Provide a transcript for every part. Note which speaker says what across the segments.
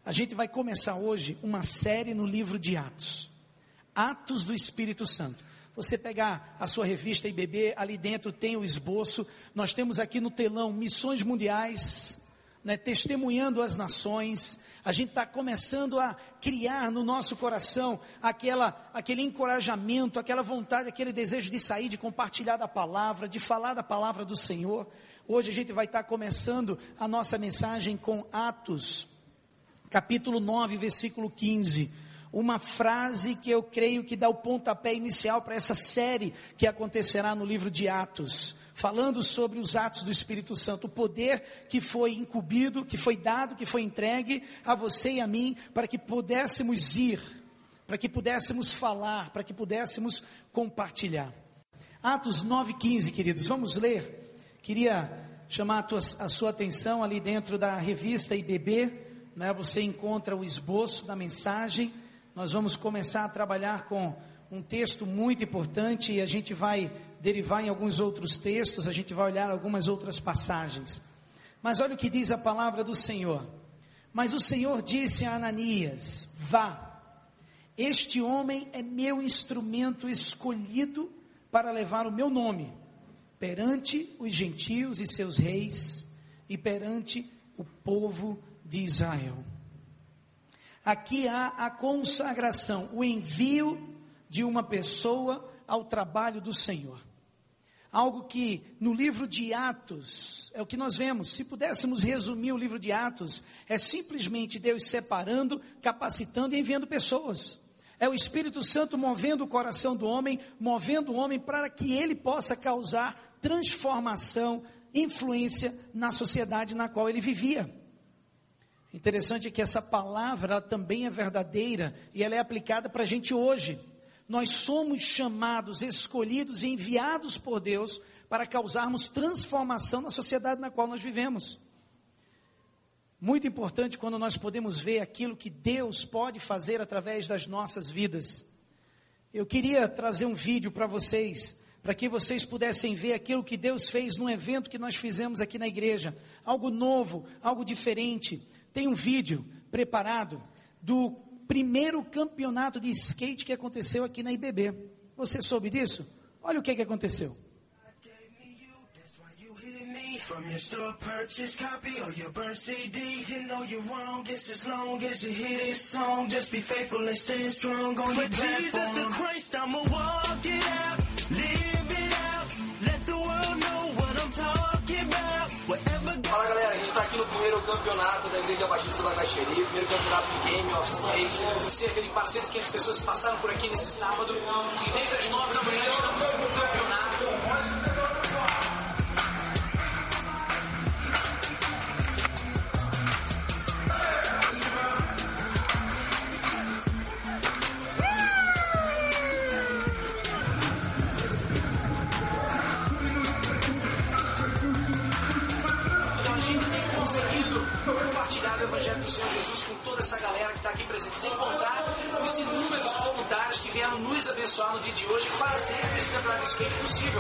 Speaker 1: A gente vai começar hoje uma série no livro de Atos. Atos do Espírito Santo. Você pegar a sua revista IBB, ali dentro tem o esboço. Nós temos aqui no telão missões mundiais, né, testemunhando as nações. A gente está começando a criar no nosso coração aquele encorajamento, aquela vontade, aquele desejo de sair, de compartilhar da palavra, de falar da palavra do Senhor. Hoje a gente vai estar começando a nossa mensagem com Atos, capítulo 9, versículo 15. Uma frase que eu creio que dá o pontapé inicial para essa série que acontecerá no livro de Atos, falando sobre os atos do Espírito Santo, o poder que foi incumbido, que foi dado, que foi entregue a você e a mim, para que pudéssemos ir, para que pudéssemos falar, para que pudéssemos compartilhar. Atos 9:15, queridos, vamos ler. Queria chamar a sua atenção ali dentro da revista IBB, né? Você encontra o esboço da mensagem. Nós vamos começar a trabalhar com um texto muito importante e a gente vai derivar em alguns outros textos, a gente vai olhar algumas outras passagens. Mas olha o que diz a palavra do Senhor. Mas o Senhor disse a Ananias: vá, este homem é meu instrumento escolhido para levar o meu nome perante os gentios e seus reis e perante o povo de Israel. Aqui há a consagração, o envio de uma pessoa ao trabalho do Senhor. Algo que no livro de Atos, é o que nós vemos. Se pudéssemos resumir o livro de Atos, é simplesmente Deus separando, capacitando e enviando pessoas. É o Espírito Santo movendo o coração do homem, movendo o homem para que ele possa causar transformação, influência na sociedade na qual ele vivia. Interessante é que essa palavra ela também é verdadeira e ela é aplicada para a gente hoje. Nós somos chamados, escolhidos e enviados por Deus para causarmos transformação na sociedade na qual nós vivemos. Muito importante quando nós podemos ver aquilo que Deus pode fazer através das nossas vidas. Eu queria trazer um vídeo para vocês, para que vocês pudessem ver aquilo que Deus fez num evento que nós fizemos aqui na igreja. Algo novo, algo diferente. Tem um vídeo preparado do primeiro campeonato de skate que aconteceu aqui na IBB. Você soube disso? Olha o que aconteceu. From your store purchase copy or your burn CD, you know you're wrong. Just as long as you hear this song, just be faithful and stand strong on your platform. For Jesus the Christ, I'ma walk it out, live it out, let the world know what I'm talking about. Fala galera, a gente está aqui no primeiro campeonato da Igreja Batista do Bacaxeri, primeiro campeonato de Game of Skate. Cerca de 400, 500 pessoas passaram por aqui nesse sábado e desde as 9 da manhã estamos no campeonato. Compartilhar o Evangelho do Senhor Jesus com toda essa galera que está aqui presente, sem contar os inúmeros voluntários que vieram nos abençoar no dia de hoje, fazendo esse campeonato de skate possível.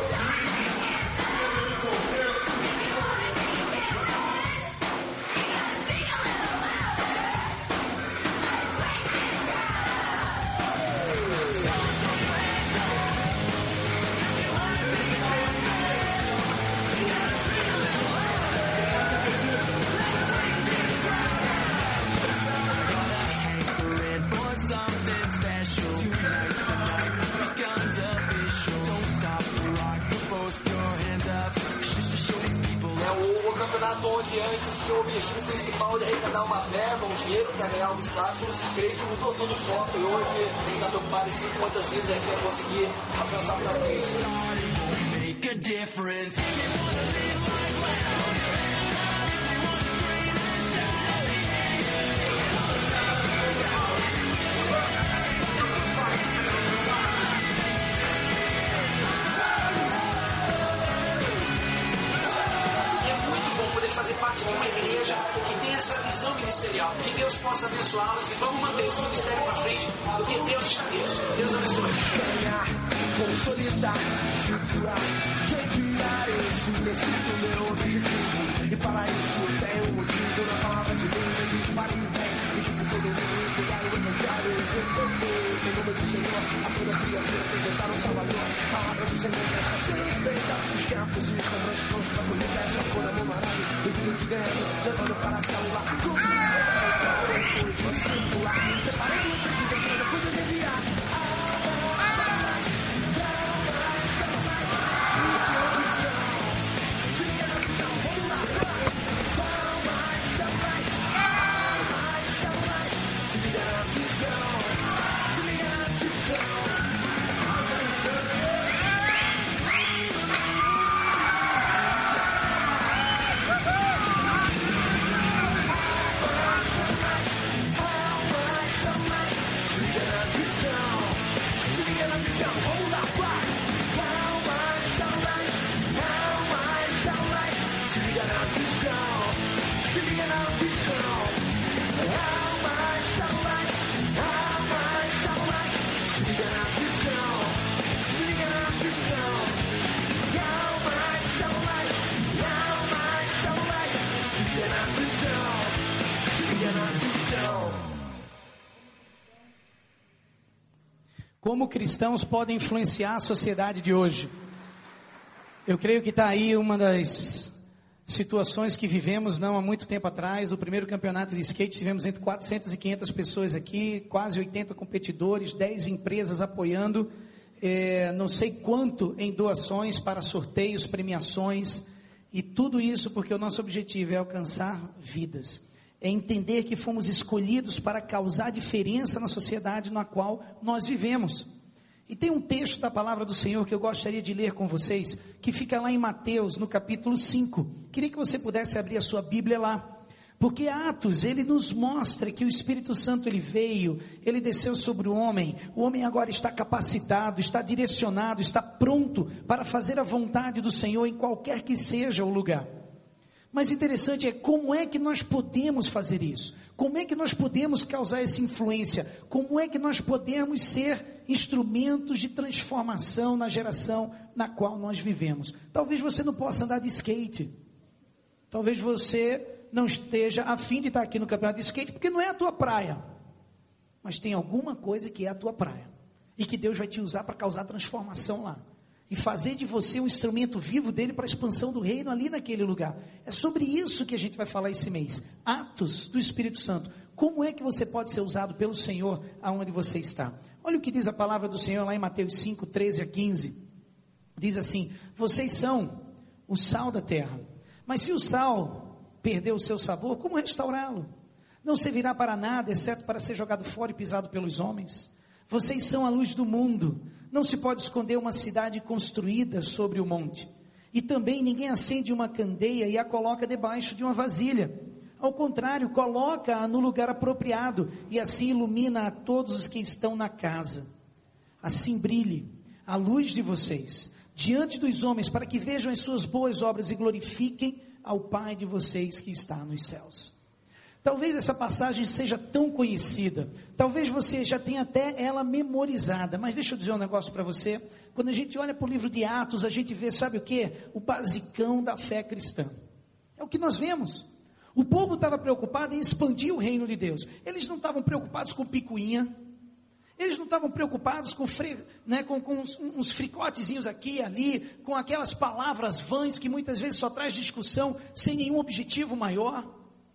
Speaker 1: Onde antes tinha o objetivo principal de arrecadar uma verba, um dinheiro para ganhar obstáculos, creio que mudou todo o foco e hoje a gente está preocupado em 5 quantas vezes é que é conseguir alcançar para Cristo. Fazer parte de uma igreja que tem essa visão ministerial, que Deus possa abençoá-los e vamos manter esse ministério para frente, porque Deus está nisso. Deus abençoe. Ganhar, consolidar, segurar, recriar esse meu objetivo. E para isso tem um motivo na palavra de Deus, a gente para que vem.
Speaker 2: Senhor, a toda criatura apresentar o Salvador. A palavra do Senhor já está sendo feita. Os escravos e os cobrantes prontos para colher peça. Fora memorável, vividos e ganhando, levando para a célula. Depois de circular, preparando o seu vida, depois de desviar.
Speaker 1: Como cristãos podem influenciar a sociedade de hoje? Eu creio que está aí uma das situações que vivemos não há muito tempo atrás. O primeiro campeonato de skate, tivemos entre 400 e 500 pessoas aqui, quase 80 competidores, 10 empresas apoiando, não sei quanto em doações para sorteios, premiações, e tudo isso porque o nosso objetivo é alcançar vidas. É entender que fomos escolhidos para causar diferença na sociedade na qual nós vivemos. E tem um texto da palavra do Senhor que eu gostaria de ler com vocês, que fica lá em Mateus, no capítulo 5. Queria que você pudesse abrir a sua Bíblia lá, porque Atos, ele nos mostra que o Espírito Santo, ele veio, ele desceu sobre o homem agora está capacitado, está direcionado, está pronto para fazer a vontade do Senhor em qualquer que seja o lugar. Mas interessante é como é que nós podemos fazer isso, como é que nós podemos causar essa influência, como é que nós podemos ser instrumentos de transformação na geração na qual nós vivemos. Talvez você não possa andar de skate, talvez você não esteja a fim de estar aqui no campeonato de skate, porque não é a tua praia, mas tem alguma coisa que é a tua praia, e que Deus vai te usar para causar transformação lá, e fazer de você um instrumento vivo dele para a expansão do reino ali naquele lugar. É sobre isso que a gente vai falar esse mês, atos do Espírito Santo. Como é que você pode ser usado pelo Senhor aonde você está? Olha o que diz a palavra do Senhor lá em Mateus 5, 13 a 15, diz assim: vocês são o sal da terra, mas se o sal perder o seu sabor, como restaurá-lo? Não servirá para nada, exceto para ser jogado fora e pisado pelos homens. Vocês são a luz do mundo. Não se pode esconder uma cidade construída sobre o monte. E também ninguém acende uma candeia e a coloca debaixo de uma vasilha. Ao contrário, coloca-a no lugar apropriado, e assim ilumina a todos os que estão na casa. Assim brilhe a luz de vocês diante dos homens, para que vejam as suas boas obras e glorifiquem ao Pai de vocês que está nos céus. Talvez essa passagem seja tão conhecida, talvez você já tenha até ela memorizada, mas deixa eu dizer um negócio para você. Quando a gente olha para o livro de Atos, a gente vê, sabe o que? O basicão da fé cristã. É o que nós vemos. O povo estava preocupado em expandir o reino de Deus. Eles não estavam preocupados com picuinha, eles não estavam preocupados com uns fricotezinhos aqui e ali, com aquelas palavras vãs que muitas vezes só traz discussão sem nenhum objetivo maior.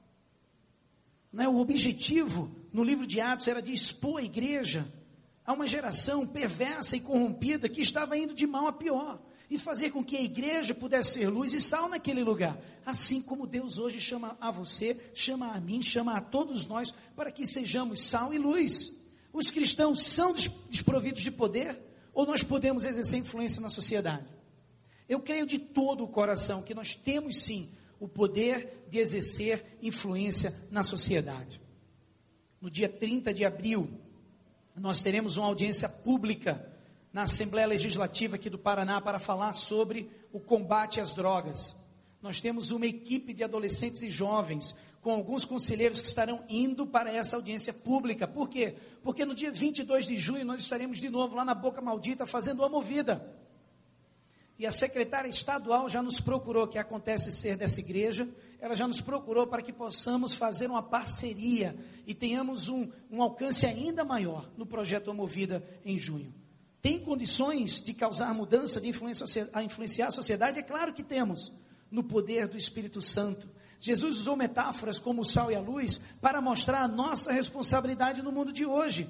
Speaker 1: O objetivo no livro de Atos era de expor a igreja a uma geração perversa e corrompida que estava indo de mal a pior, e fazer com que a igreja pudesse ser luz e sal naquele lugar, assim como Deus hoje chama a você, chama a mim, chama a todos nós, para que sejamos sal e luz. Os cristãos são desprovidos de poder, ou nós podemos exercer influência na sociedade? Eu creio de todo o coração que nós temos sim o poder de exercer influência na sociedade. No dia 30 de abril, nós teremos uma audiência pública na Assembleia Legislativa aqui do Paraná para falar sobre o combate às drogas. Nós temos uma equipe de adolescentes e jovens, com alguns conselheiros que estarão indo para essa audiência pública. Por quê? Porque no dia 22 de junho nós estaremos de novo lá na Boca Maldita fazendo uma movida. E a secretária estadual já nos procurou, que acontece ser dessa igreja. ela já nos procurou para que possamos fazer uma parceria e tenhamos um alcance ainda maior no projeto Movida em junho. Tem condições de causar mudança, de influenciar a sociedade? É claro que temos, no poder do Espírito Santo. Jesus usou metáforas como o sal e a luz para mostrar a nossa responsabilidade no mundo de hoje.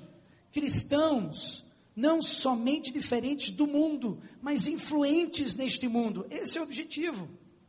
Speaker 1: Cristãos, não somente diferentes do mundo, mas influentes neste mundo. Esse é o objetivo.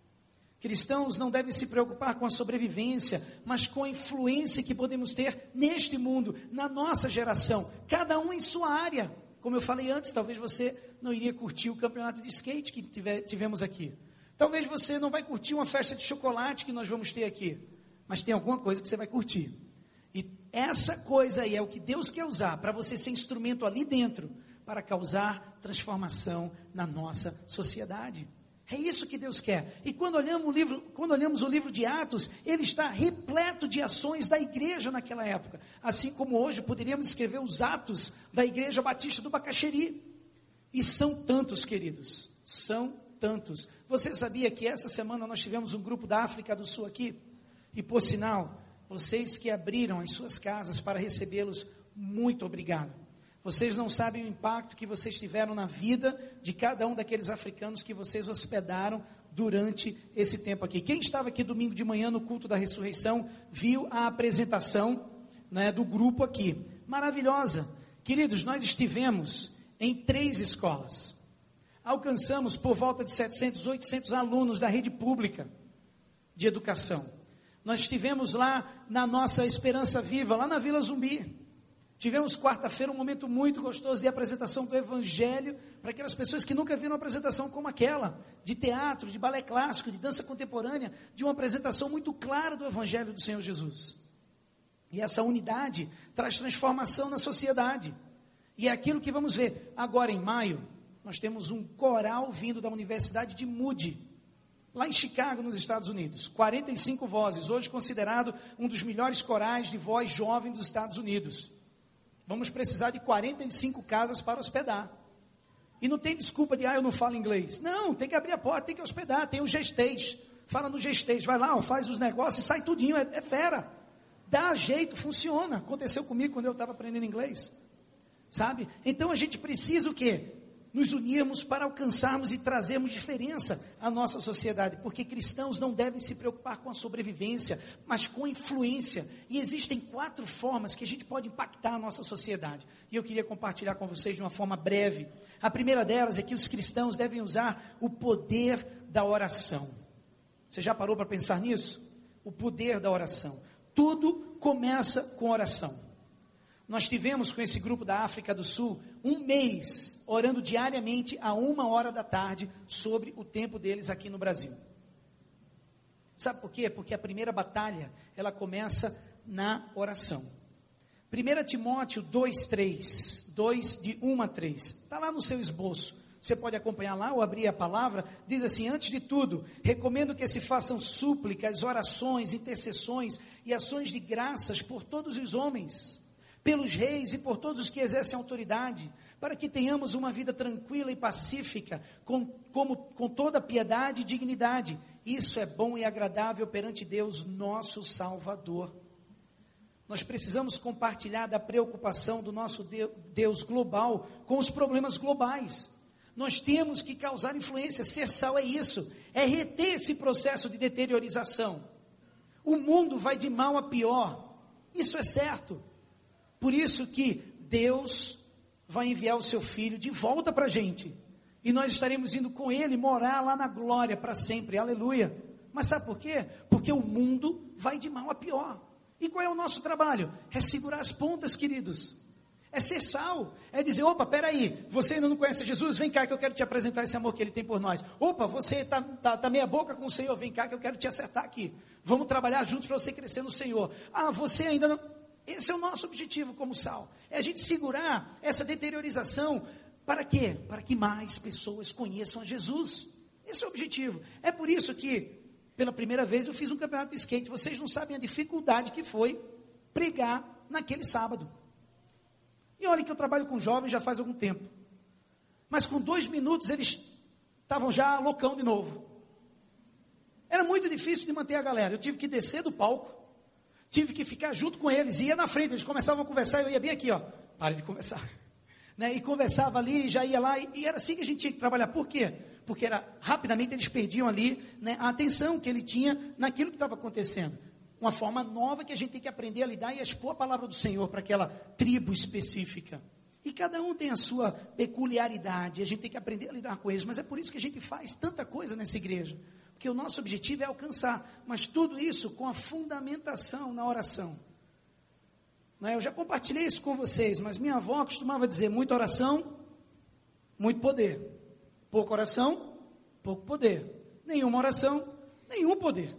Speaker 1: Cristãos não devem se preocupar com a sobrevivência, mas com a influência que podemos ter neste mundo, na nossa geração, cada um em sua área. Como eu falei antes, talvez você não iria curtir o campeonato de skate que tivemos aqui. Talvez você não vai curtir uma festa de chocolate que nós vamos ter aqui, mas tem alguma coisa que você vai curtir. E essa coisa aí é o que Deus quer usar para você ser instrumento ali dentro, para causar transformação na nossa sociedade. É isso que Deus quer. E quando olhamos o livro de Atos, ele está repleto de ações da igreja naquela época. Assim como hoje poderíamos escrever os atos da Igreja Batista do Bacaxeri. E são tantos, queridos, são tantos. Você sabia que essa semana nós tivemos um grupo da África do Sul aqui? E por sinal, vocês que abriram as suas casas para recebê-los, muito obrigado. Vocês não sabem o impacto que vocês tiveram na vida de cada um daqueles africanos que vocês hospedaram durante esse tempo aqui. Quem estava aqui domingo de manhã no culto da ressurreição, viu a apresentação, né, do grupo aqui. Maravilhosa. Queridos, nós estivemos em 3 escolas. Alcançamos por volta de 700, 800 alunos da rede pública de educação. Nós estivemos lá na nossa Esperança Viva, lá na Vila Zumbi. Tivemos quarta-feira um momento muito gostoso de apresentação do Evangelho para aquelas pessoas que nunca viram uma apresentação como aquela, de teatro, de balé clássico, de dança contemporânea, de uma apresentação muito clara do Evangelho do Senhor Jesus. E essa unidade traz transformação na sociedade. E é aquilo que vamos ver. Agora em maio, nós temos um coral vindo da Universidade de Moody, lá em Chicago, nos Estados Unidos. 45 vozes, hoje considerado um dos melhores corais de voz jovem dos Estados Unidos. Vamos precisar de 45 casas para hospedar. E não tem desculpa de, eu não falo inglês. Não, tem que abrir a porta, tem que hospedar. Tem o Gestês. Fala no Gestês, vai lá, faz os negócios e sai tudinho, é fera. Dá jeito, funciona. Aconteceu comigo quando eu estava aprendendo inglês. Sabe? Então a gente precisa o quê? Nos unirmos para alcançarmos e trazermos diferença à nossa sociedade, porque cristãos não devem se preocupar com a sobrevivência, mas com a influência, e existem 4 formas que a gente pode impactar a nossa sociedade, e eu queria compartilhar com vocês de uma forma breve. A primeira delas é que os cristãos devem usar o poder da oração. Você já parou para pensar nisso? O poder da oração. Tudo começa com oração. Nós tivemos com esse grupo da África do Sul, um mês, orando diariamente a 1h da tarde, sobre o tempo deles aqui no Brasil. Sabe por quê? Porque a primeira batalha, ela começa na oração. 1 Timóteo 2:3, 2 de 1 a 3, está lá no seu esboço, você pode acompanhar lá ou abrir a palavra, diz assim: antes de tudo, recomendo que se façam súplicas, orações, intercessões e ações de graças por todos os homens, pelos reis e por todos os que exercem autoridade, para que tenhamos uma vida tranquila e pacífica, com toda piedade e dignidade. Isso é bom e agradável perante Deus, nosso Salvador. Nós precisamos compartilhar da preocupação do nosso Deus global com os problemas globais. Nós temos que causar influência. Ser sal é isso, é reter esse processo de deteriorização. O mundo vai de mal a pior, isso é certo. Por isso que Deus vai enviar o seu Filho de volta para a gente. E nós estaremos indo com Ele morar lá na glória para sempre, aleluia. Mas sabe por quê? Porque o mundo vai de mal a pior. E qual é o nosso trabalho? É segurar as pontas, queridos. É ser sal. É dizer, opa, peraí, você ainda não conhece Jesus? Vem cá que eu quero te apresentar esse amor que Ele tem por nós. Opa, você está meia boca com o Senhor, vem cá que eu quero te acertar aqui. Vamos trabalhar juntos para você crescer no Senhor. Você ainda não... Esse é o nosso objetivo como sal, é a gente segurar essa deteriorização, para quê? Para que mais pessoas conheçam a Jesus, esse é o objetivo. É por isso que, pela primeira vez eu fiz um campeonato de skate, vocês não sabem a dificuldade que foi pregar naquele sábado, e olha que eu trabalho com jovens já faz algum tempo, mas com 2 minutos eles estavam já loucão de novo. Era muito difícil de manter a galera. Eu tive que descer do palco, tive que ficar junto com eles, ia na frente, eles começavam a conversar, eu ia bem aqui, ó, pare de conversar. Né? E conversava ali, já ia lá, e era assim que a gente tinha que trabalhar. Por quê? Porque rapidamente eles perdiam ali, né, a atenção que ele tinha naquilo que estava acontecendo. Uma forma nova que a gente tem que aprender a lidar e a expor a palavra do Senhor para aquela tribo específica. E cada um tem a sua peculiaridade, a gente tem que aprender a lidar com eles, mas é por isso que a gente faz tanta coisa nessa igreja, porque o nosso objetivo é alcançar, mas tudo isso com a fundamentação na oração. Não é? Eu já compartilhei isso com vocês, mas minha avó costumava dizer, muita oração, muito poder, pouca oração, pouco poder, nenhuma oração, nenhum poder.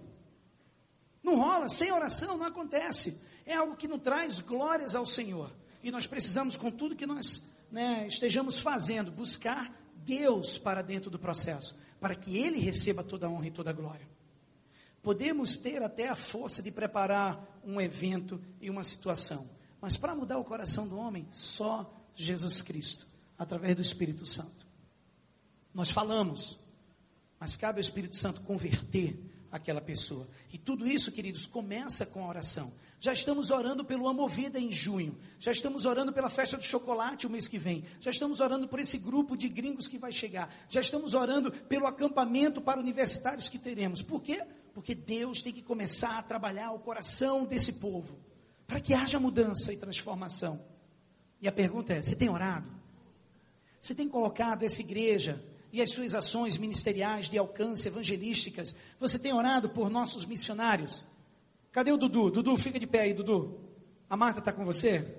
Speaker 1: Não rola, sem oração não acontece, é algo que não traz glórias ao Senhor. E nós precisamos, com tudo que nós, né, estejamos fazendo, buscar Deus para dentro do processo, para que Ele receba toda a honra e toda a glória. Podemos ter até a força de preparar um evento e uma situação, mas para mudar o coração do homem, só Jesus Cristo, através do Espírito Santo. Nós falamos, mas cabe ao Espírito Santo converter aquela pessoa. E tudo isso, queridos, começa com a oração. Já estamos orando pelo Amovida em junho, já estamos orando pela festa do chocolate o mês que vem, já estamos orando por esse grupo de gringos que vai chegar, já estamos orando pelo acampamento para universitários que teremos. Por quê? Porque Deus tem que começar a trabalhar o coração desse povo, para que haja mudança e transformação. E a pergunta é, você tem orado? Você tem colocado essa igreja e as suas ações ministeriais de alcance, evangelísticas, você tem orado por nossos missionários? Cadê o Dudu? Dudu, fica de pé aí, Dudu. A Marta está com você?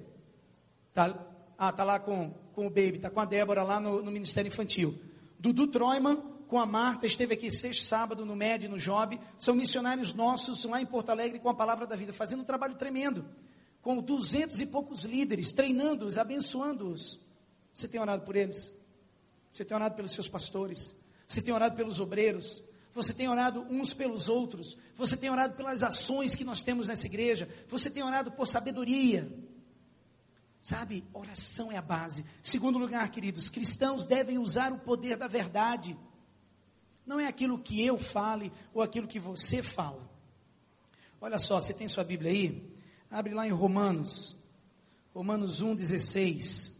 Speaker 1: Tá lá com o Baby, está com a Débora lá no Ministério Infantil. Dudu Troiman com a Marta, esteve aqui sexto sábado no MED, no Job, são missionários nossos lá em Porto Alegre com a Palavra da Vida, fazendo um trabalho tremendo, com 200 e poucos líderes, treinando-os, abençoando-os. Você tem orado por eles? Você tem orado pelos seus pastores? Você tem orado pelos obreiros? Você tem orado uns pelos outros? Você tem orado pelas ações que nós temos nessa igreja? Você tem orado por sabedoria? Sabe, oração é a base. Segundo lugar, queridos, cristãos devem usar o poder da verdade. Não é aquilo que eu fale ou aquilo que você fala. Olha só, você tem sua Bíblia aí? Abre lá em Romanos 1:16.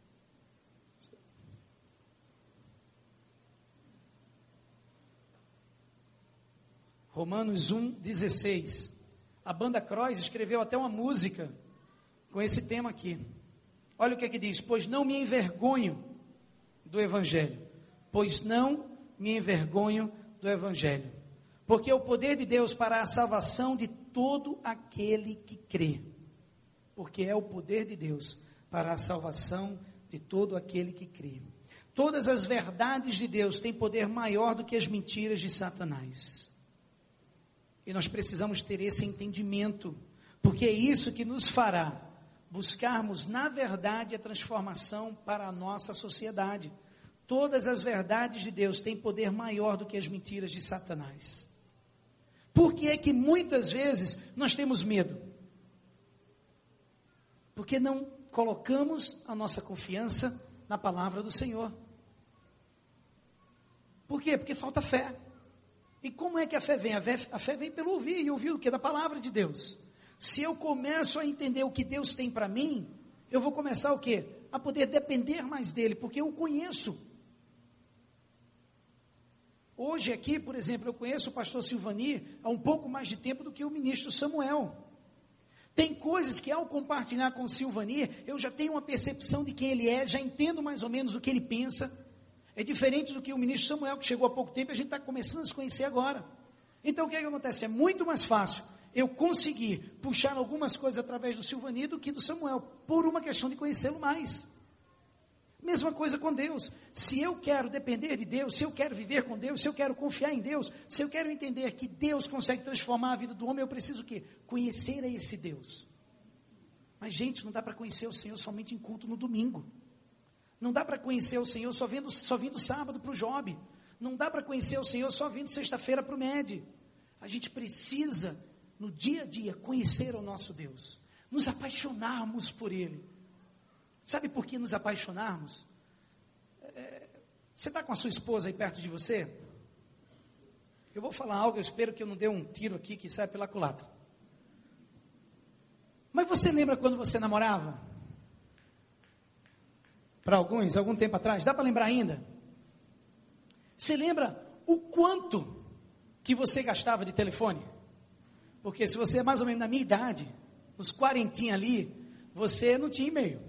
Speaker 1: Romanos 1:16. A banda Croix escreveu até uma música com esse tema aqui. Olha o que é que diz: pois não me envergonho do Evangelho, pois não me envergonho do Evangelho, porque é o poder de Deus para a salvação de todo aquele que crê, porque é o poder de Deus para a salvação de todo aquele que crê. Todas as verdades de Deus têm poder maior do que as mentiras de Satanás. E nós precisamos ter esse entendimento, porque é isso que nos fará buscarmos na verdade a transformação para a nossa sociedade. Todas as verdades de Deus têm poder maior do que as mentiras de Satanás. Por que é que muitas vezes nós temos medo? Porque não colocamos a nossa confiança na palavra do Senhor. Por quê? Porque falta fé. E como é que a fé vem? A fé vem pelo ouvir, e ouvir o que? Da palavra de Deus. Se eu começo a entender o que Deus tem para mim, eu vou começar o quê? A poder depender mais dele, porque eu o conheço. Hoje aqui, por exemplo, eu conheço o pastor Silvani há um pouco mais de tempo do que o ministro Samuel. Tem coisas que ao compartilhar com o Silvani, eu já tenho uma percepção de quem ele é, já entendo mais ou menos o que ele pensa. É diferente do que o ministro Samuel, que chegou há pouco tempo, e a gente está começando a se conhecer agora. Então o que é que acontece? É muito mais fácil eu conseguir puxar algumas coisas através do Silvani do que do Samuel, por uma questão de conhecê-lo mais. Mesma coisa com Deus. Se eu quero depender de Deus, se eu quero viver com Deus, se eu quero confiar em Deus, se eu quero entender que Deus consegue transformar a vida do homem, eu preciso o quê? Conhecer a esse Deus. Mas gente, não dá para conhecer o Senhor somente em culto no domingo. Não dá para conhecer o Senhor só vindo sábado para o Job. Não dá para conhecer o Senhor só vindo sexta-feira para o MED. A gente precisa, no dia a dia, conhecer o nosso Deus. Nos apaixonarmos por Ele. Sabe por que nos apaixonarmos? Você está com a sua esposa aí perto de você? Eu vou falar algo, eu espero que eu não dê um tiro aqui que sai pela culatra. Mas você lembra quando você namorava? Para alguns, algum tempo atrás, dá para lembrar ainda? Você lembra o quanto que você gastava de telefone? Porque se você é mais ou menos na minha idade, uns 40 ali, você não tinha e-mail.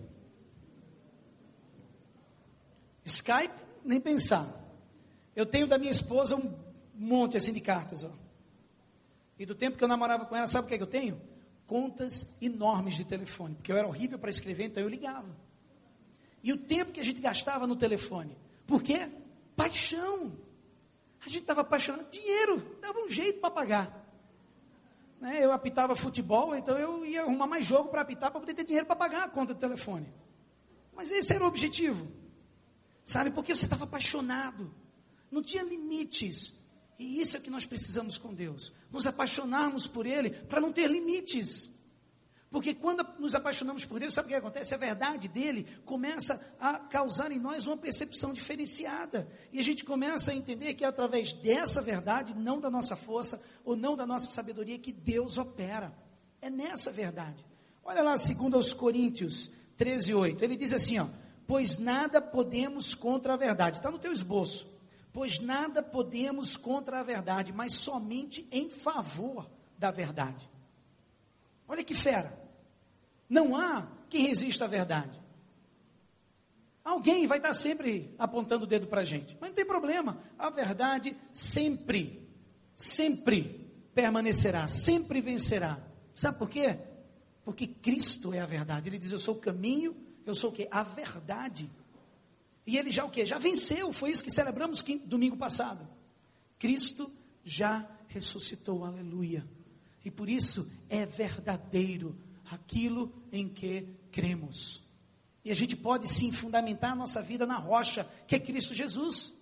Speaker 1: Skype, nem pensar. Eu tenho da minha esposa um monte assim de cartas, ó. E do tempo que eu namorava com ela, sabe o que é que eu tenho? Contas enormes de telefone, porque eu era horrível para escrever, então eu ligava. E o tempo que a gente gastava no telefone, por quê? Paixão. A gente estava apaixonado, dinheiro, dava um jeito para pagar. Né? Eu apitava futebol, então eu ia arrumar mais jogo para apitar, para poder ter dinheiro para pagar a conta do telefone. Mas esse era o objetivo, sabe? Porque você estava apaixonado, não tinha limites. E isso é o que nós precisamos com Deus, nos apaixonarmos por Ele, para não ter limites. Porque quando nos apaixonamos por Deus, sabe o que acontece? A verdade dele começa a causar em nós uma percepção diferenciada. E a gente começa a entender que é através dessa verdade, não da nossa força, ou não da nossa sabedoria, que Deus opera. É nessa verdade. Olha lá, 2 Coríntios 13:8, ele diz assim, ó, pois nada podemos contra a verdade. Está no teu esboço. Pois nada podemos contra a verdade, mas somente em favor da verdade. Olha que fera. Não há quem resista à verdade. Alguém vai estar sempre apontando o dedo para a gente. Mas não tem problema. A verdade sempre, sempre permanecerá, sempre vencerá. Sabe por quê? Porque Cristo é a verdade. Ele diz, eu sou o caminho, eu sou o quê? A verdade. E ele já o quê? Já venceu. Foi isso que celebramos domingo passado. Cristo já ressuscitou, aleluia. E por isso é verdadeiro aquilo em que cremos. E a gente pode sim fundamentar a nossa vida na rocha, que é Cristo Jesus.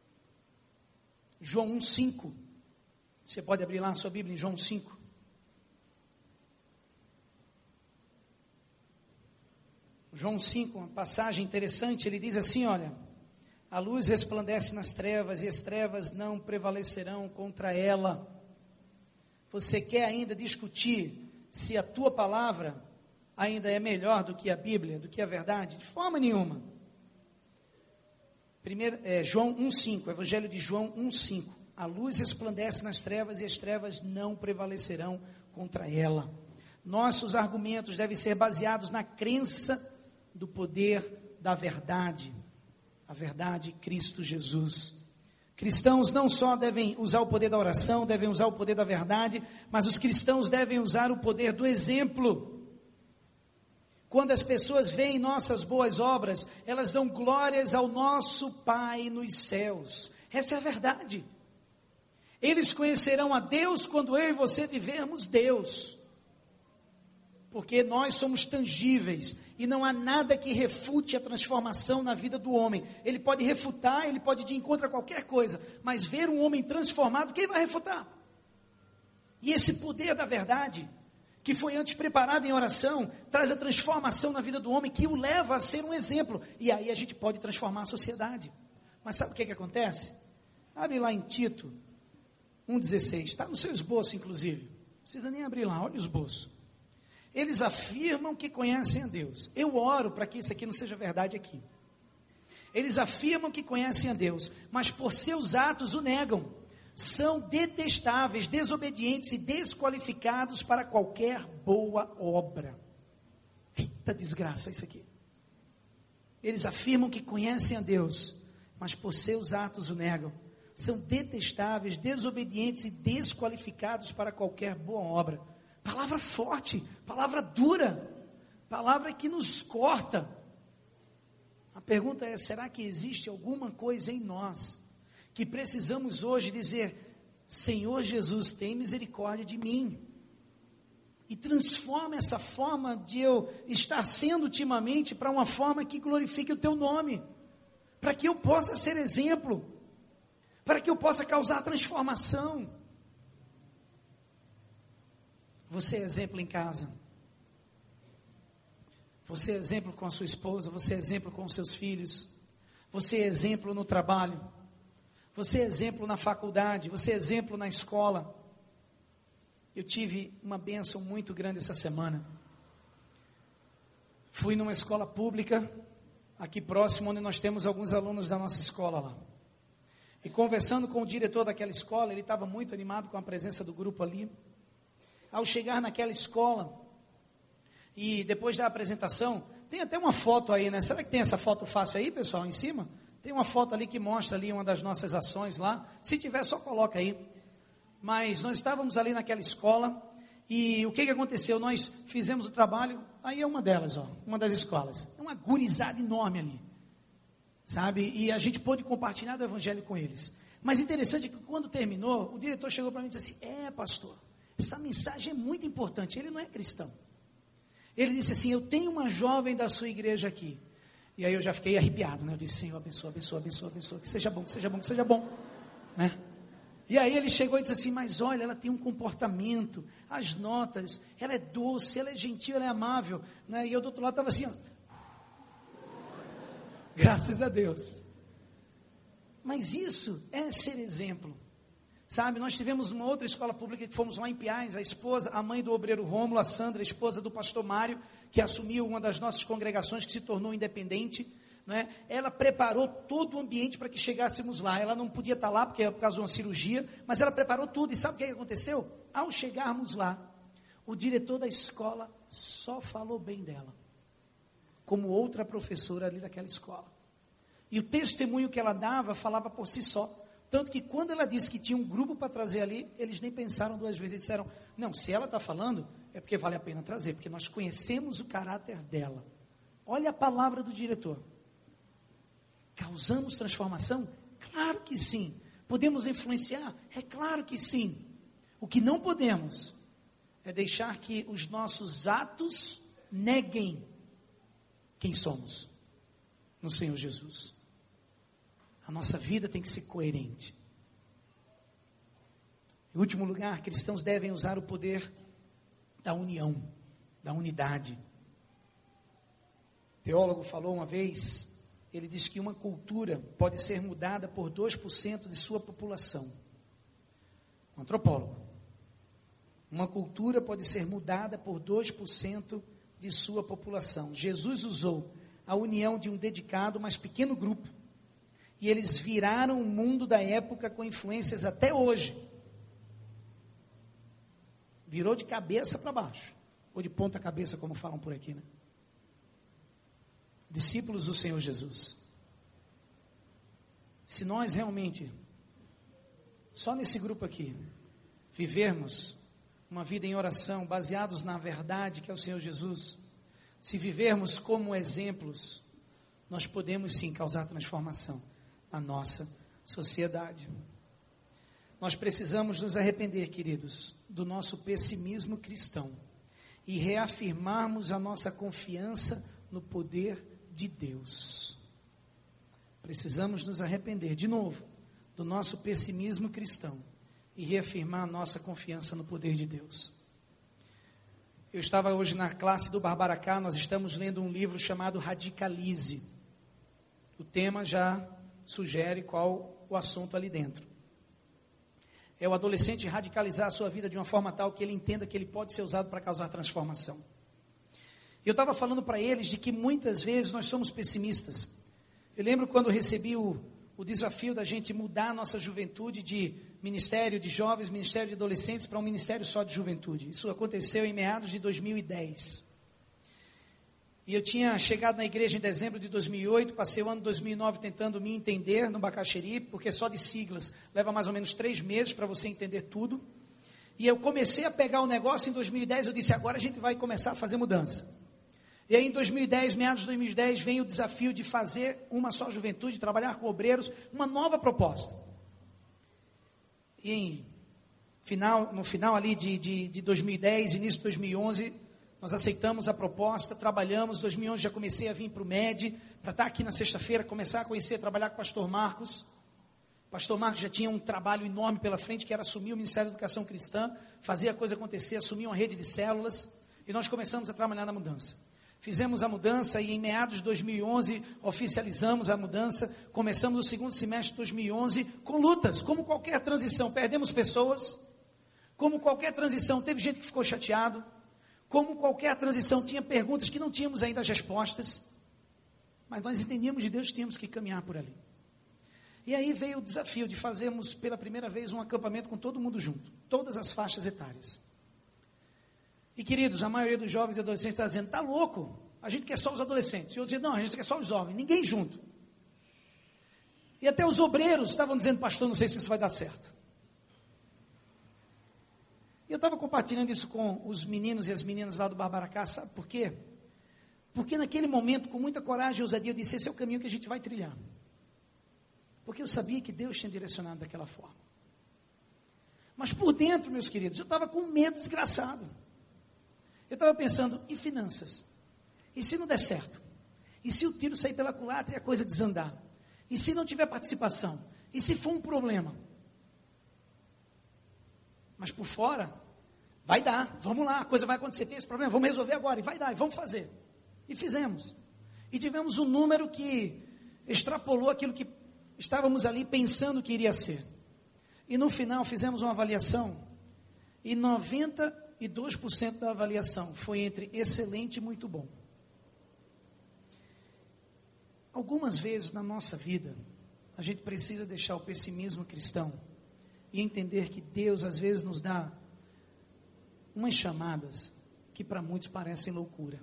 Speaker 1: João 1:5. Você pode abrir lá a sua Bíblia em João 5. João 5, uma passagem interessante, ele diz assim, olha, a luz resplandece nas trevas e as trevas não prevalecerão contra ela. Você quer ainda discutir se a tua palavra ainda é melhor do que a Bíblia, do que a verdade? De forma nenhuma. Primeiro, João 1:5, Evangelho de João 1:5. A luz resplandece nas trevas e as trevas não prevalecerão contra ela. Nossos argumentos devem ser baseados na crença do poder da verdade. A verdade, Cristo Jesus. Cristãos não só devem usar o poder da oração, devem usar o poder da verdade, mas os cristãos devem usar o poder do exemplo. Quando as pessoas veem nossas boas obras, elas dão glórias ao nosso Pai nos céus. Essa é a verdade. Eles conhecerão a Deus quando eu e você vivermos Deus. Porque nós somos tangíveis e não há nada que refute a transformação na vida do homem. Ele pode refutar, ele pode ir de encontro a qualquer coisa, mas ver um homem transformado, quem vai refutar? E esse poder da verdade, que foi antes preparado em oração, traz a transformação na vida do homem, que o leva a ser um exemplo, e aí a gente pode transformar a sociedade. Mas sabe o que acontece? Abre lá em Tito 1,16, está no seu esboço inclusive, não precisa nem abrir lá, olha o esboço. Eles afirmam que conhecem a Deus. Eu oro para que isso aqui não seja verdade aqui. Eles afirmam que conhecem a Deus, mas por seus atos o negam. São detestáveis, desobedientes e desqualificados para qualquer boa obra. Eita desgraça isso aqui. Eles afirmam que conhecem a Deus, mas por seus atos o negam. São detestáveis, desobedientes e desqualificados para qualquer boa obra. Palavra forte, palavra dura, palavra que nos corta. A pergunta é, será que existe alguma coisa em nós que precisamos hoje dizer, Senhor Jesus, tem misericórdia de mim, e transforma essa forma de eu estar sendo ultimamente para uma forma que glorifique o teu nome, para que eu possa ser exemplo, para que eu possa causar transformação. Você é exemplo em casa, você é exemplo com a sua esposa, você é exemplo com os seus filhos, você é exemplo no trabalho, Você é exemplo na faculdade, você é exemplo na escola. Eu tive uma bênção muito grande essa semana. Fui numa escola pública, aqui próximo, onde nós temos alguns alunos da nossa escola lá. E conversando com o diretor daquela escola, ele estava muito animado com a presença do grupo ali. Ao chegar naquela escola, e depois da apresentação, tem até uma foto aí, né? Será que tem essa foto fácil aí, pessoal, em cima? Tem uma foto ali que mostra ali uma das nossas ações lá. Se tiver, só coloca aí. Mas nós estávamos ali naquela escola, e o que aconteceu? Nós fizemos o trabalho, aí é uma delas, ó, uma das escolas. É uma gurizada enorme ali, sabe? E a gente pôde compartilhar do evangelho com eles. Mas interessante é que quando terminou, o diretor chegou para mim e disse assim, pastor, essa mensagem é muito importante. Ele não é cristão. Ele disse assim, eu tenho uma jovem da sua igreja aqui. E aí eu já fiquei arrepiado, né? Eu disse, Senhor, abençoa, abençoa, abençoa, abençoa, que seja bom, que seja bom, que seja bom, né? E aí ele chegou e disse assim, mas olha, ela tem um comportamento, as notas, ela é doce, ela é gentil, ela é amável, né? E eu do outro lado estava assim, ó. Graças a Deus. Mas isso é ser exemplo, sabe? Nós tivemos uma outra escola pública que fomos lá em Piais, a mãe do obreiro Rômulo, a Sandra, a esposa do pastor Mário, que assumiu uma das nossas congregações, que se tornou independente, né? Ela preparou todo o ambiente para que chegássemos lá. Ela não podia estar lá porque é por causa de uma cirurgia, mas ela preparou tudo. E sabe o que aconteceu? Ao chegarmos lá, o diretor da escola só falou bem dela, como outra professora ali daquela escola. E o testemunho que ela dava falava por si só. Tanto que quando ela disse que tinha um grupo para trazer ali, eles nem pensaram duas vezes. Eles disseram, não, se ela está falando, é porque vale a pena trazer, porque nós conhecemos o caráter dela. Olha a palavra do diretor. Causamos transformação? Claro que sim. Podemos influenciar? É claro que sim. O que não podemos é deixar que os nossos atos neguem quem somos no Senhor Jesus. A nossa vida tem que ser coerente. Em último lugar, cristãos devem usar o poder da união, da unidade. O teólogo falou uma vez, ele disse que uma cultura pode ser mudada por 2% de sua população. Um antropólogo. Uma cultura pode ser mudada por 2% de sua população. Jesus usou a união de um dedicado, mas pequeno grupo, e eles viraram o mundo da época com influências até hoje. Virou de cabeça para baixo, ou de ponta cabeça, como falam por aqui, né? Discípulos do Senhor Jesus. Se nós realmente, só nesse grupo aqui, vivermos uma vida em oração, baseados na verdade que é o Senhor Jesus, se vivermos como exemplos, nós podemos sim causar transformação na nossa sociedade. Nós precisamos nos arrepender, queridos, do nosso pessimismo cristão e reafirmarmos a nossa confiança no poder de Deus. Precisamos nos arrepender, de novo, do nosso pessimismo cristão e reafirmar a nossa confiança no poder de Deus. Eu estava hoje na classe do Barbaracá, nós estamos lendo um livro chamado Radicalize. O tema já sugere qual o assunto ali dentro. É o adolescente radicalizar a sua vida de uma forma tal que ele entenda que ele pode ser usado para causar transformação. Eu estava falando para eles de que muitas vezes nós somos pessimistas. Eu lembro quando recebi o desafio da gente mudar a nossa juventude de ministério de jovens, ministério de adolescentes, para um ministério só de juventude. Isso aconteceu em meados de 2010. E eu tinha chegado na igreja em dezembro de 2008, passei o ano de 2009 tentando me entender no Bacaxeri, porque só de siglas leva mais ou menos 3 meses para você entender tudo. E eu comecei a pegar o negócio em 2010, eu disse, agora a gente vai começar a fazer mudança. E aí em 2010, meados de 2010, vem o desafio de fazer uma só juventude, trabalhar com obreiros, uma nova proposta. E no final ali de 2010, início de 2011, nós aceitamos a proposta, trabalhamos. Em 2011 já comecei a vir para o MED, para estar aqui na sexta-feira, começar a conhecer, trabalhar com o pastor Marcos. O pastor Marcos já tinha um trabalho enorme pela frente, que era assumir o Ministério da Educação Cristã, fazer a coisa acontecer, assumir uma rede de células, e nós começamos a trabalhar na mudança. Fizemos a mudança e em meados de 2011 oficializamos a mudança. Começamos o segundo semestre de 2011 com lutas, como qualquer transição. Perdemos pessoas, como qualquer transição, teve gente que ficou chateado. Como qualquer transição, tinha perguntas que não tínhamos ainda as respostas. Mas nós entendíamos de Deus que tínhamos que caminhar por ali. E aí veio o desafio de fazermos pela primeira vez um acampamento com todo mundo junto, todas as faixas etárias. E queridos, a maioria dos jovens e adolescentes está dizendo, está louco, a gente quer só os adolescentes. E outros dizendo, não, a gente quer só os jovens, ninguém junto. E até os obreiros estavam dizendo, pastor, não sei se isso vai dar certo. E eu estava compartilhando isso com os meninos e as meninas lá do Barbaracá, sabe por quê? Porque naquele momento, com muita coragem e ousadia, eu disse, esse é o caminho que a gente vai trilhar. Porque eu sabia que Deus tinha direcionado daquela forma. Mas por dentro, meus queridos, eu estava com um medo desgraçado. Eu estava pensando, e finanças? E se não der certo? E se o tiro sair pela culatra e a coisa desandar? E se não tiver participação? E se for um problema? Mas por fora, vai dar, vamos lá, a coisa vai acontecer, tem esse problema, vamos resolver agora, e vai dar, e vamos fazer. E fizemos. E tivemos um número que extrapolou aquilo que estávamos ali pensando que iria ser. E no final fizemos uma avaliação, e 92% da avaliação foi entre excelente e muito bom. Algumas vezes na nossa vida, a gente precisa deixar o pessimismo cristão e entender que Deus às vezes nos dá umas chamadas que para muitos parecem loucura.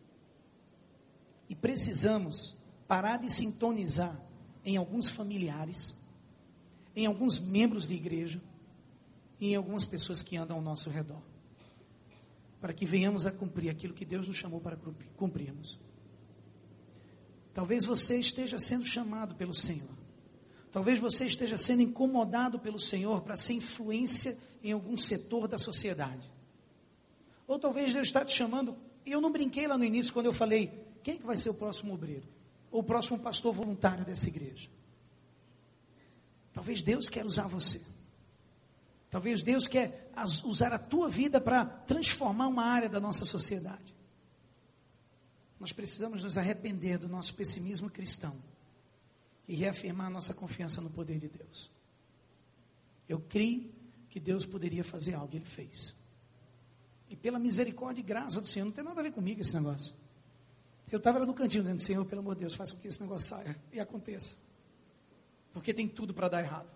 Speaker 1: E precisamos parar de sintonizar em alguns familiares, em alguns membros de igreja, e em algumas pessoas que andam ao nosso redor, para que venhamos a cumprir aquilo que Deus nos chamou para cumprirmos. Talvez você esteja sendo chamado pelo Senhor, talvez você esteja sendo incomodado pelo Senhor para ser influência em algum setor da sociedade, ou talvez Deus está te chamando, e eu não brinquei lá no início quando eu falei, quem é que vai ser o próximo obreiro? Ou o próximo pastor voluntário dessa igreja? Talvez Deus quer usar você. Talvez Deus quer usar a tua vida para transformar uma área da nossa sociedade. Nós precisamos nos arrepender do nosso pessimismo cristão e reafirmar a nossa confiança no poder de Deus. Eu creio que Deus poderia fazer algo, Ele fez. E pela misericórdia e graça do Senhor, não tem nada a ver comigo esse negócio. Eu estava lá no cantinho dizendo, Senhor, pelo amor de Deus, faça com que esse negócio saia e aconteça. Porque tem tudo para dar errado.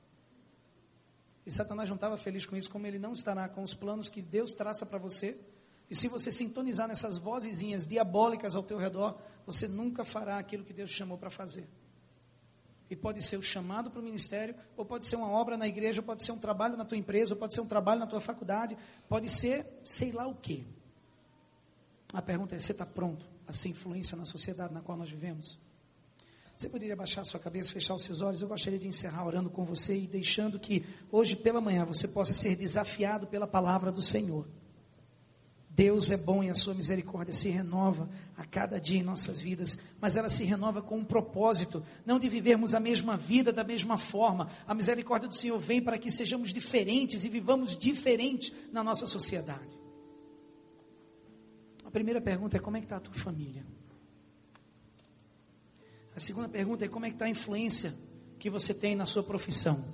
Speaker 1: E Satanás não estava feliz com isso, como ele não estará com os planos que Deus traça para você. E se você sintonizar nessas vozezinhas diabólicas ao teu redor, você nunca fará aquilo que Deus te chamou para fazer. E pode ser o chamado para o ministério, ou pode ser uma obra na igreja, ou pode ser um trabalho na tua empresa, ou pode ser um trabalho na tua faculdade, pode ser sei lá o quê. A pergunta é, você está pronto a ser influência na sociedade na qual nós vivemos? Você poderia baixar a sua cabeça, fechar os seus olhos? Eu gostaria de encerrar orando com você e deixando que hoje pela manhã você possa ser desafiado pela palavra do Senhor. Deus é bom e a sua misericórdia se renova a cada dia em nossas vidas, mas ela se renova com um propósito, não de vivermos a mesma vida da mesma forma. A misericórdia do Senhor vem para que sejamos diferentes e vivamos diferentes na nossa sociedade. A primeira pergunta é, como é que está a tua família? A segunda pergunta é, como é que está a influência que você tem na sua profissão?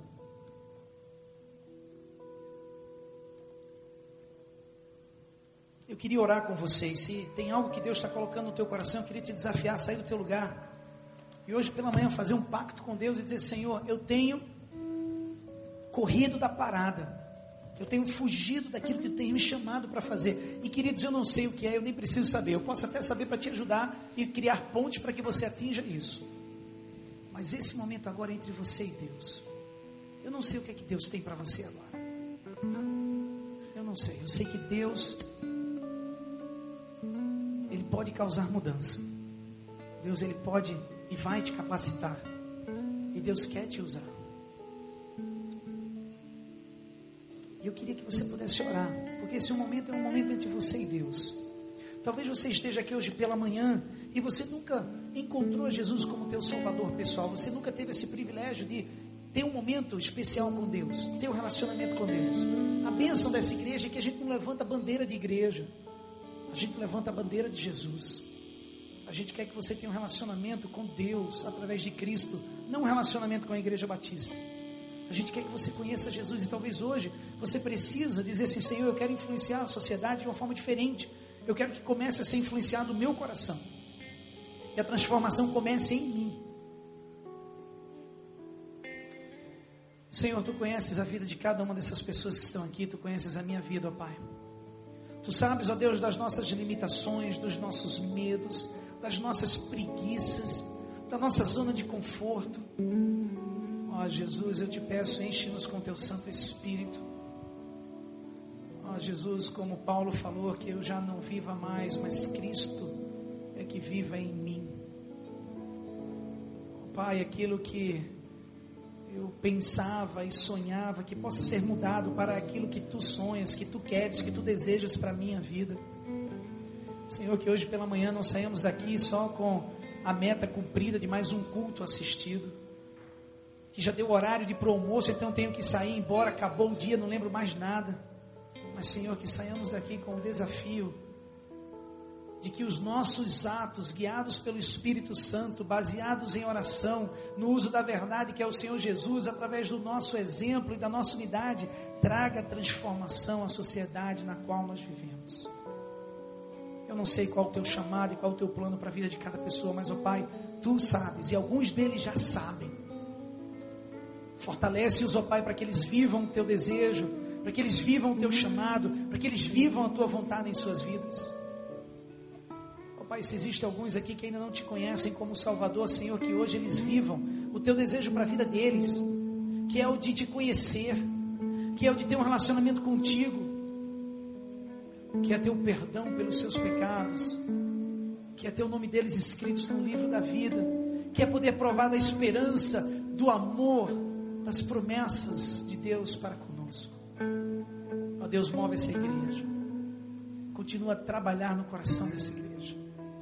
Speaker 1: Eu queria orar com vocês. Se tem algo que Deus está colocando no teu coração, eu queria te desafiar a sair do teu lugar e hoje pela manhã fazer um pacto com Deus e dizer, Senhor, eu tenho corrido da parada, eu tenho fugido daquilo que tu tem me chamado para fazer. E queridos, eu não sei o que é, eu nem preciso saber. Eu posso até saber para te ajudar e criar pontes para que você atinja isso. Mas esse momento agora é entre você e Deus. Eu não sei o que é que Deus tem para você agora. Eu não sei. Eu sei que Deus, Ele pode causar mudança. Deus, Ele pode e vai te capacitar. E Deus quer te usar. E eu queria que você pudesse orar, porque esse momento é um momento entre você e Deus. Talvez você esteja aqui hoje pela manhã e você nunca encontrou Jesus como teu salvador pessoal. Você nunca teve esse privilégio de ter um momento especial com Deus, ter um relacionamento com Deus. A bênção dessa igreja é que a gente não levanta bandeira de igreja. A gente levanta a bandeira de Jesus. A gente quer que você tenha um relacionamento com Deus através de Cristo, não um relacionamento com a Igreja Batista. A gente quer que você conheça Jesus, e talvez hoje você precisa dizer assim: Senhor, eu quero influenciar a sociedade de uma forma diferente. Eu quero que comece a ser influenciado no meu coração, e a transformação comece em mim. Senhor, Tu conheces a vida de cada uma dessas pessoas que estão aqui. Tu conheces a minha vida, ó Pai. Tu sabes, ó Deus, das nossas limitações, dos nossos medos, das nossas preguiças, da nossa zona de conforto. Ó Jesus, eu te peço, enche-nos com Teu Santo Espírito. Ó Jesus, como Paulo falou, que eu já não viva mais, mas Cristo é que viva em mim. Pai, aquilo que eu pensava e sonhava, que possa ser mudado para aquilo que Tu sonhas, que Tu queres, que Tu desejas para a minha vida. Senhor, que hoje pela manhã não saímos daqui só com a meta cumprida de mais um culto assistido, que já deu horário de ir para o almoço, então tenho que sair embora, acabou o dia, não lembro mais nada. Mas Senhor, que saiamos daqui com o desafio de que os nossos atos, guiados pelo Espírito Santo, baseados em oração, no uso da verdade que é o Senhor Jesus, através do nosso exemplo e da nossa unidade, traga transformação à sociedade na qual nós vivemos. Eu não sei qual o Teu chamado e qual o Teu plano para a vida de cada pessoa, mas, ó Pai, Tu sabes, e alguns deles já sabem. Fortalece-os, ó Pai, para que eles vivam o Teu desejo, para que eles vivam o Teu chamado, para que eles vivam a Tua vontade em suas vidas. Ó Pai, se existem alguns aqui que ainda não Te conhecem como Salvador, Senhor, que hoje eles vivam o Teu desejo para a vida deles, que é o de Te conhecer, que é o de ter um relacionamento contigo, que é ter o perdão pelos seus pecados, que é ter o nome deles escritos no livro da vida, que é poder provar da esperança, do amor, das promessas de Deus para conosco. Ó Deus, move essa igreja, continua a trabalhar no coração dessa igreja,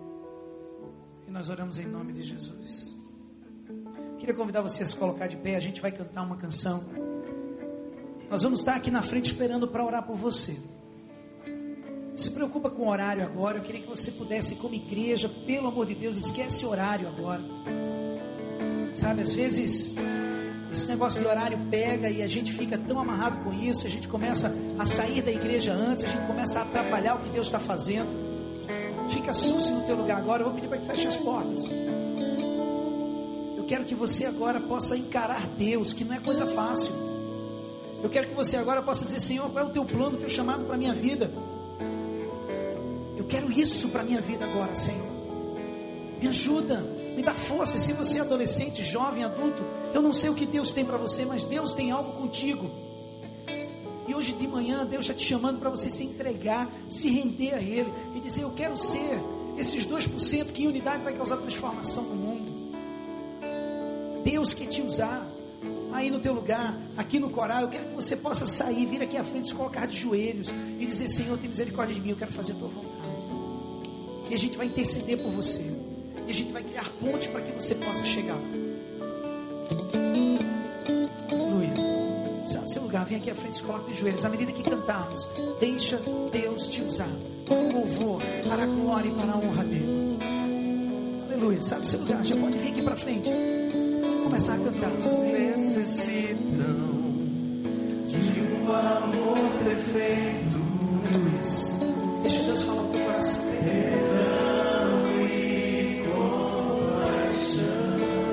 Speaker 1: e nós oramos em nome de Jesus. Queria convidar você a se colocar de pé. A gente vai cantar uma canção, nós vamos estar aqui na frente esperando para orar por você. Se preocupa com o horário agora. Eu queria que você pudesse, como igreja, pelo amor de Deus, esquece o horário agora. Sabe, às vezes esse negócio de horário pega e a gente fica tão amarrado com isso, a gente começa a sair da igreja antes, a gente começa a atrapalhar o que Deus está fazendo. Fica susto no teu lugar agora. Eu vou pedir para que feche as portas. Eu quero que você agora possa encarar Deus, que não é coisa fácil. Eu quero que você agora possa dizer: Senhor, qual é o Teu plano, o Teu chamado para a minha vida? Eu quero isso para a minha vida agora, Senhor. Me ajuda, me dá força. E se você é adolescente, jovem, adulto, eu não sei o que Deus tem para você, mas Deus tem algo contigo. E hoje de manhã Deus está te chamando para você se entregar, se render a Ele e dizer: eu quero ser esses 2% que em unidade vai causar transformação no mundo. Deus quer te usar aí no teu lugar, aqui no coral. Eu quero que você possa sair, vir aqui à frente, se colocar de joelhos e dizer: Senhor, tem misericórdia de mim, eu quero fazer a Tua vontade. E a gente vai interceder por você, e a gente vai criar pontes para que você possa chegar lá. Aleluia. Sai do seu lugar, vem aqui à frente, se coloca de joelhos. À medida que cantarmos, deixa Deus te usar para o louvor, para a glória e para a honra dele. Aleluia. Sai do seu lugar, já pode vir aqui para frente. Vamos começar a cantar.
Speaker 2: Necessitam de um amor perfeito.
Speaker 1: Deixa Deus falar no teu coração.
Speaker 2: Perdão e compaixão.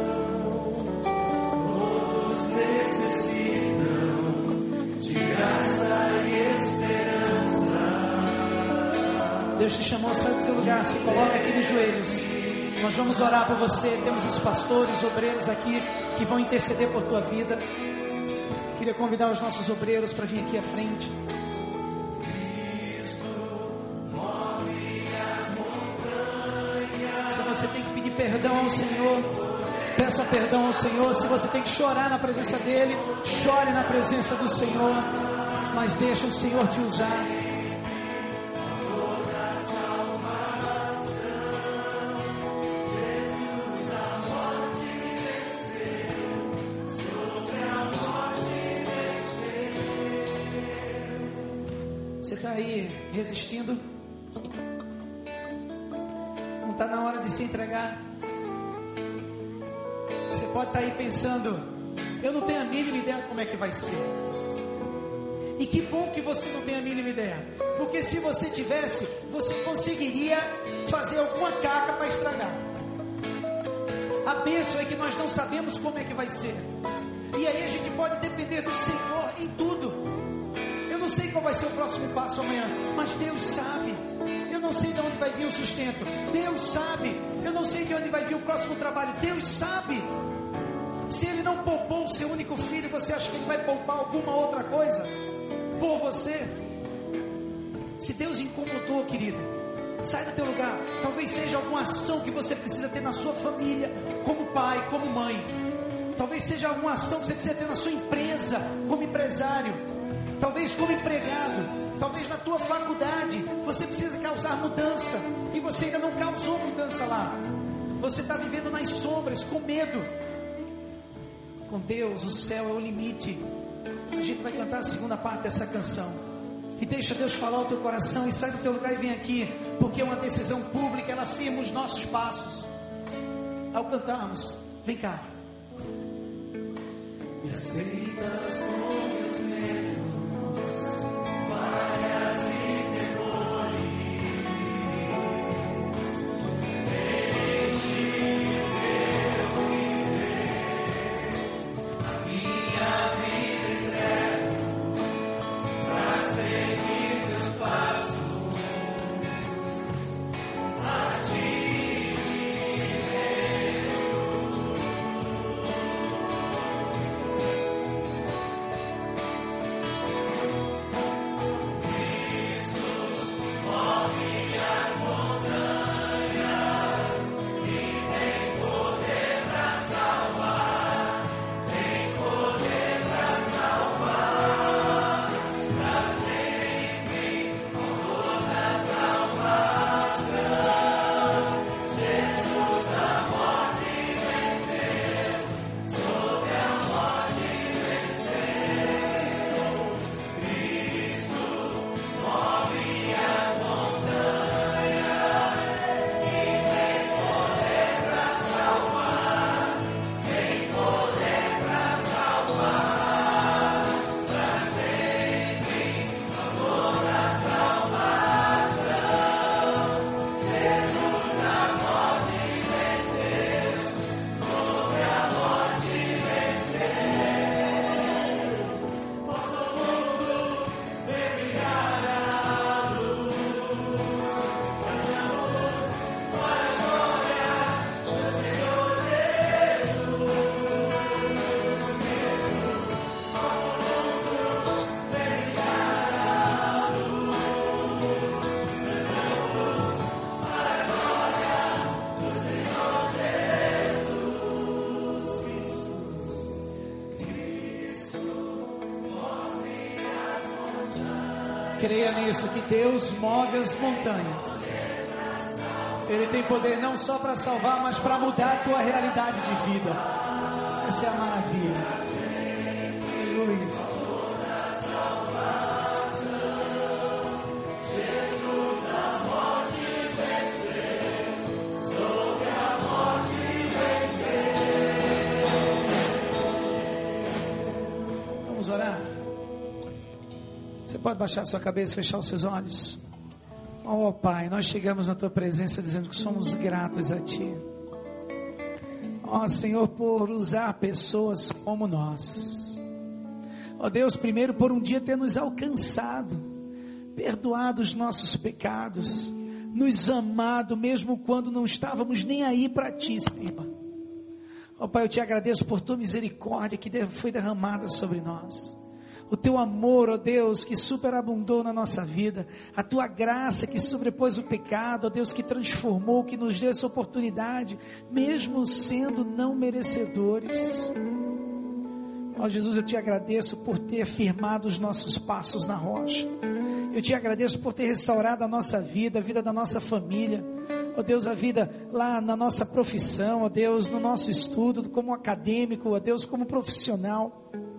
Speaker 2: Todos necessitam de graça e esperança.
Speaker 1: Deus te chamou, sai do seu lugar, se coloca aqui de joelhos. Nós vamos orar por você. Temos os pastores, obreiros aqui que vão interceder por tua vida. Queria convidar os nossos obreiros para vir aqui à frente. Se você tem que pedir perdão ao Senhor, peça perdão ao Senhor. Se você tem que chorar na presença dEle, chore na presença do Senhor. Mas deixa o Senhor te usar. Você está aí resistindo? na hora de se entregar. Você pode estar aí pensando: eu não tenho a mínima ideia como é que vai ser. E que bom que você não tem a mínima ideia, porque se você tivesse, você conseguiria fazer alguma caca para estragar. A bênção é que nós não sabemos como é que vai ser, e aí a gente pode depender do Senhor em tudo. Eu não sei qual vai ser o próximo passo amanhã, mas Deus sabe. Eu não sei de onde vai vir o sustento, Deus sabe. Eu não sei de onde vai vir o próximo trabalho, Deus sabe. Se Ele não poupou o seu único filho, você acha que Ele vai poupar alguma outra coisa por você? Se Deus incomodou, querido, sai do teu lugar. Talvez seja alguma ação que você precisa ter na sua família, como pai, como mãe. Talvez seja alguma ação que você precisa ter na sua empresa, como empresário. Talvez como empregado. Talvez na tua faculdade você precisa causar mudança, e você ainda não causou mudança lá. Você está vivendo nas sombras, com medo. Com Deus, o céu é o limite. A gente vai cantar a segunda parte dessa canção. E deixa Deus falar ao teu coração. E sai do teu lugar e vem aqui, porque é uma decisão pública. Ela firma os nossos passos. Ao cantarmos, vem cá.
Speaker 2: Me aceitas com meus medos, falhas e temores. Deixe eu viver a minha vida entrego pra seguir teus passos. A ti
Speaker 1: creia nisso, que Deus move as montanhas. Ele tem poder não só para salvar, mas para mudar a tua realidade de vida. Essa é a maravilha. Aleluia. Vamos orar? Você pode baixar sua cabeça e fechar os seus olhos. Oh Pai, nós chegamos na Tua presença dizendo que somos gratos a Ti. Oh Senhor, por usar pessoas como nós. Oh Deus, primeiro por um dia ter nos alcançado, perdoado os nossos pecados, nos amado mesmo quando não estávamos nem aí para Ti, Senhor. Oh Pai, eu Te agradeço por Tua misericórdia que foi derramada sobre nós. O Teu amor, ó Deus, que superabundou na nossa vida. A Tua graça que sobrepôs o pecado, ó Deus, que transformou, que nos deu essa oportunidade, mesmo sendo não merecedores. Ó Jesus, eu Te agradeço por ter firmado os nossos passos na rocha. Eu Te agradeço por ter restaurado a nossa vida, a vida da nossa família. Ó Deus, a vida lá na nossa profissão, ó Deus, no nosso estudo, como acadêmico, ó Deus, como profissional.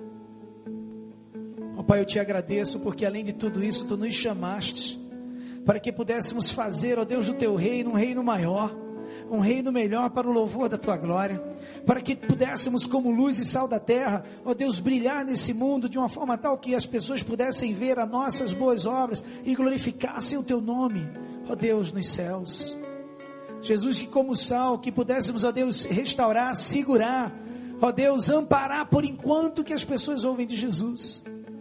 Speaker 1: Ó Pai, eu Te agradeço porque além de tudo isso, Tu nos chamaste para que pudéssemos fazer, ó Deus, do Teu reino um reino maior, um reino melhor para o louvor da tua glória, para que pudéssemos como luz e sal da terra, ó Deus, brilhar nesse mundo de uma forma tal que as pessoas pudessem ver as nossas boas obras e glorificassem o teu nome, ó Deus, nos céus. Jesus, que como sal, que pudéssemos, ó Deus, restaurar, segurar, ó Deus, amparar por enquanto que as pessoas ouvem de Jesus.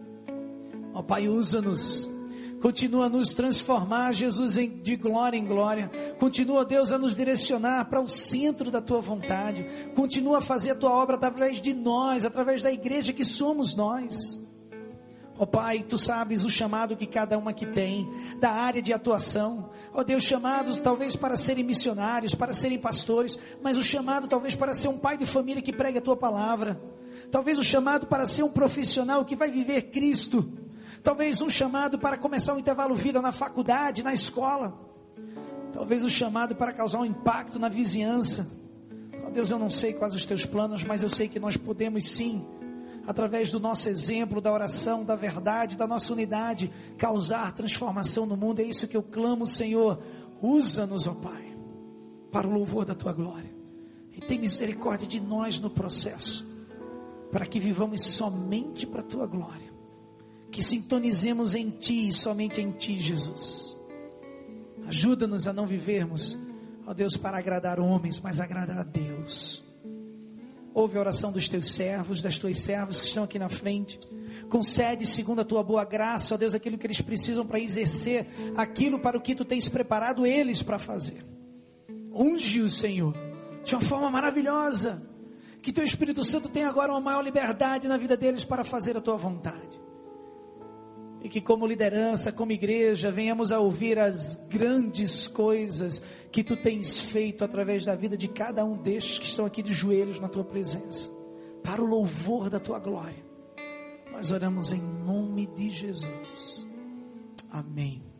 Speaker 1: Ó Pai, usa-nos, continua a nos transformar, Jesus, de glória em glória. Continua, Deus, a nos direcionar para o centro da tua vontade. Continua a fazer a tua obra através de nós, através da igreja que somos nós. Ó Pai, tu sabes o chamado que cada um aqui tem, da área de atuação. Ó Deus, chamados talvez para serem missionários, para serem pastores, mas o chamado talvez para ser um pai de família que pregue a tua palavra. Talvez o chamado para ser um profissional que vai viver Cristo. Talvez um chamado para começar um intervalo vida na faculdade, na escola. Talvez o chamado para causar um impacto na vizinhança. Ó Deus, eu não sei quais os teus planos, mas eu sei que nós podemos sim, através do nosso exemplo, da oração, da verdade, da nossa unidade, causar transformação no mundo. É isso que eu clamo, Senhor. Usa-nos, ó Pai, para o louvor da tua glória. E tem misericórdia de nós no processo, para que vivamos somente para a tua glória. Que sintonizemos em Ti, somente em Ti, Jesus. Ajuda-nos a não vivermos, ó Deus, para agradar homens, mas agradar a Deus. Ouve a oração dos teus servos, das tuas servas que estão aqui na frente. Concede, segundo a tua boa graça, ó Deus, aquilo que eles precisam para exercer aquilo para o que tu tens preparado eles para fazer. Unge-os, Senhor, de uma forma maravilhosa. Que teu Espírito Santo tenha agora uma maior liberdade na vida deles para fazer a tua vontade. E que como liderança, como igreja, venhamos a ouvir as grandes coisas que tu tens feito através da vida de cada um destes que estão aqui de joelhos na tua presença, para o louvor da tua glória. Nós oramos em nome de Jesus. Amém.